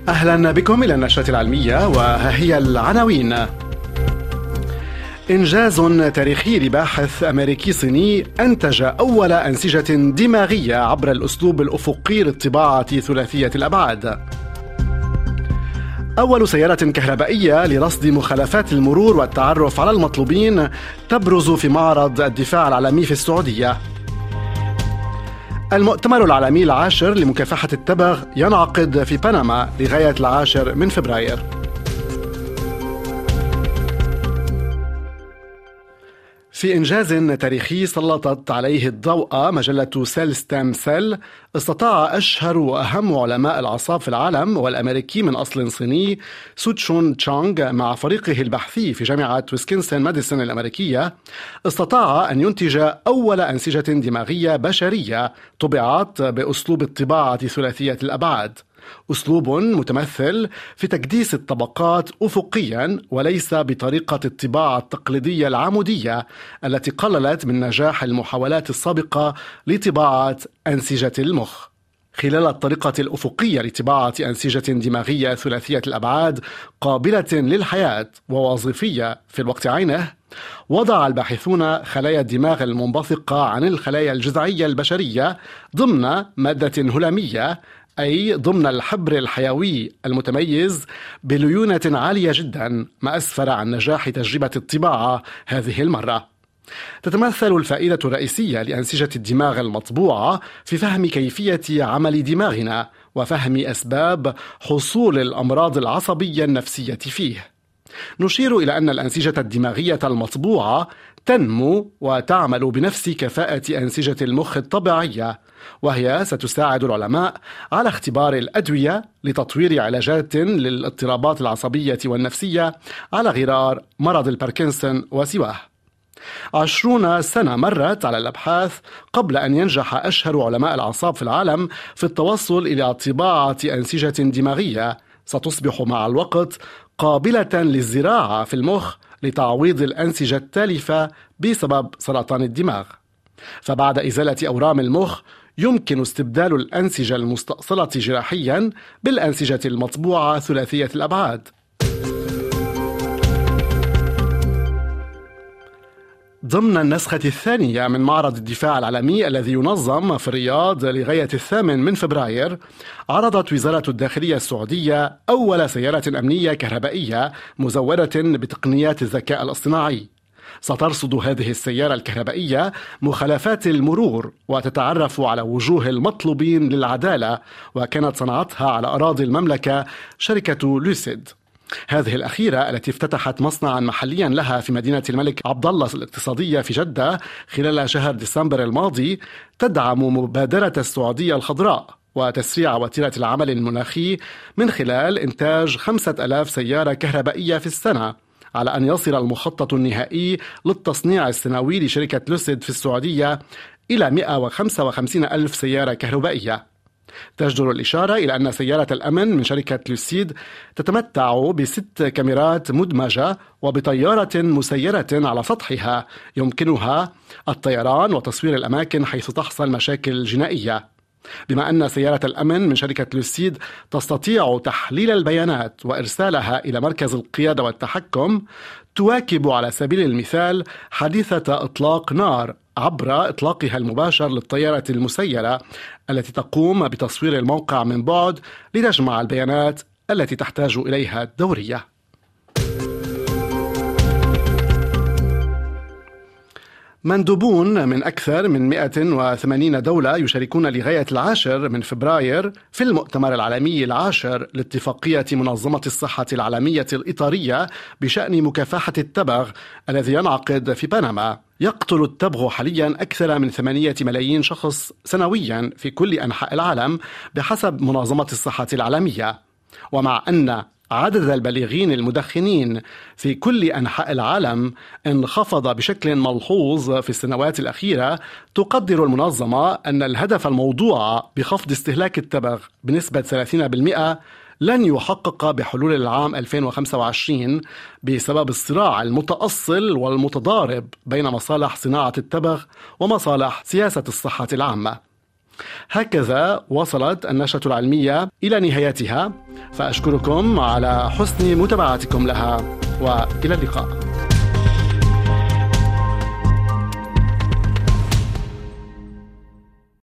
أهلا بكم إلى النشرة العلمية، وها هي العناوين. إنجاز تاريخي لباحث أمريكي صيني أنتج أول أنسجة دماغية عبر الأسلوب الأفقي للطباعة ثلاثية الأبعاد. أول سيارة كهربائية لرصد مخالفات المرور والتعرف على المطلوبين تبرز في معرض الدفاع العالمي في السعودية. المؤتمر العالمي العاشر لمكافحة التبغ ينعقد في بنما لغاية 10 من فبراير. في إنجاز تاريخي سلطت عليه الضوء مجلة سيل ستام سيل، استطاع أشهر وأهم علماء الأعصاب في العالم والأمريكي من أصل صيني سوتشون تشونغ مع فريقه البحثي في جامعة ويسكنسن ماديسون الأمريكية، استطاع أن ينتج أول أنسجة دماغية بشرية طبعت بأسلوب الطباعة ثلاثية الأبعاد، أسلوب متمثل في تكديس الطبقات أفقيا وليس بطريقة الطباعة التقليدية العمودية التي قللت من نجاح المحاولات السابقة لطباعة أنسجة المخ. خلال الطريقة الأفقية لطباعة أنسجة دماغية ثلاثية الأبعاد قابلة للحياة ووظيفية في الوقت عينه، وضع الباحثون خلايا الدماغ المنبثقة عن الخلايا الجذعية البشرية ضمن مادة هلامية، أي ضمن الحبر الحيوي المتميز بليونة عالية جدا، ما أسفر عن نجاح تجربة الطباعة هذه المرة. تتمثل الفائدة الرئيسية لأنسجة الدماغ المطبوعة في فهم كيفية عمل دماغنا وفهم أسباب حصول الأمراض العصبية النفسية فيه. نشير إلى أن الأنسجة الدماغية المطبوعة تنمو وتعمل بنفس كفاءة أنسجة المخ الطبيعية، وهي ستساعد العلماء على اختبار الأدوية لتطوير علاجات للاضطرابات العصبية والنفسية على غرار مرض الباركنسون وسواه. 20 سنة مرت على الأبحاث قبل أن ينجح أشهر علماء الأعصاب في العالم في التوصل إلى طباعة أنسجة دماغية ستصبح مع الوقت قابلة للزراعة في المخ لتعويض الأنسجة التالفة بسبب سرطان الدماغ. فبعد إزالة أورام المخ يمكن استبدال الأنسجة المستأصلة جراحيا بالأنسجة المطبوعة ثلاثية الأبعاد. ضمن النسخة الثانية من معرض الدفاع العالمي الذي ينظم في الرياض لغاية 8 من فبراير، عرضت وزارة الداخلية السعودية أول سيارة أمنية كهربائية مزودة بتقنيات الذكاء الاصطناعي. سترصد هذه السيارة الكهربائية مخالفات المرور وتتعرف على وجوه المطلوبين للعدالة، وكانت صنعتها على أراضي المملكة شركة لوسيد. هذه الأخيرة التي افتتحت مصنعا محليا لها في مدينة الملك عبد الله الاقتصادية في جدة خلال شهر ديسمبر الماضي، تدعم مبادرة السعودية الخضراء وتسريع وتيرة العمل المناخي من خلال إنتاج 5000 سيارة كهربائية في السنة، على أن يصل المخطط النهائي للتصنيع السنوي لشركة لوسيد في السعودية إلى 155,000 سيارة كهربائية. تجدر الإشارة إلى أن سيارة الأمن من شركة لوسيد تتمتع ب6 كاميرات مدمجة وبطيارة مسيرة على سطحها يمكنها الطيران وتصوير الأماكن حيث تحصل مشاكل جنائية. بما أن سيارة الأمن من شركة لوسيد تستطيع تحليل البيانات وإرسالها إلى مركز القيادة والتحكم، تواكب على سبيل المثال حادثة إطلاق نار عبر إطلاقها المباشر للطيارة المسيرة التي تقوم بتصوير الموقع من بعد لتجمع البيانات التي تحتاج إليها دورية. مندوبون من أكثر من 180 دولة يشاركون لغاية 10 من فبراير في المؤتمر العالمي العاشر لاتفاقية منظمة الصحة العالمية الإطارية بشأن مكافحة التبغ الذي ينعقد في بنما. يقتل التبغ حاليا أكثر من 8 ملايين شخص سنويا في كل أنحاء العالم بحسب منظمة الصحة العالمية، ومع أن عدد البالغين المدخنين في كل أنحاء العالم انخفض بشكل ملحوظ في السنوات الأخيرة، تقدر المنظمة أن الهدف الموضوع بخفض استهلاك التبغ بنسبة 30% لن يحقق بحلول العام 2025 بسبب الصراع المتأصل والمتضارب بين مصالح صناعة التبغ ومصالح سياسة الصحة العامة. هكذا وصلت النشرة العلمية إلى نهايتها، فأشكركم على حسن متابعتكم لها، وإلى اللقاء.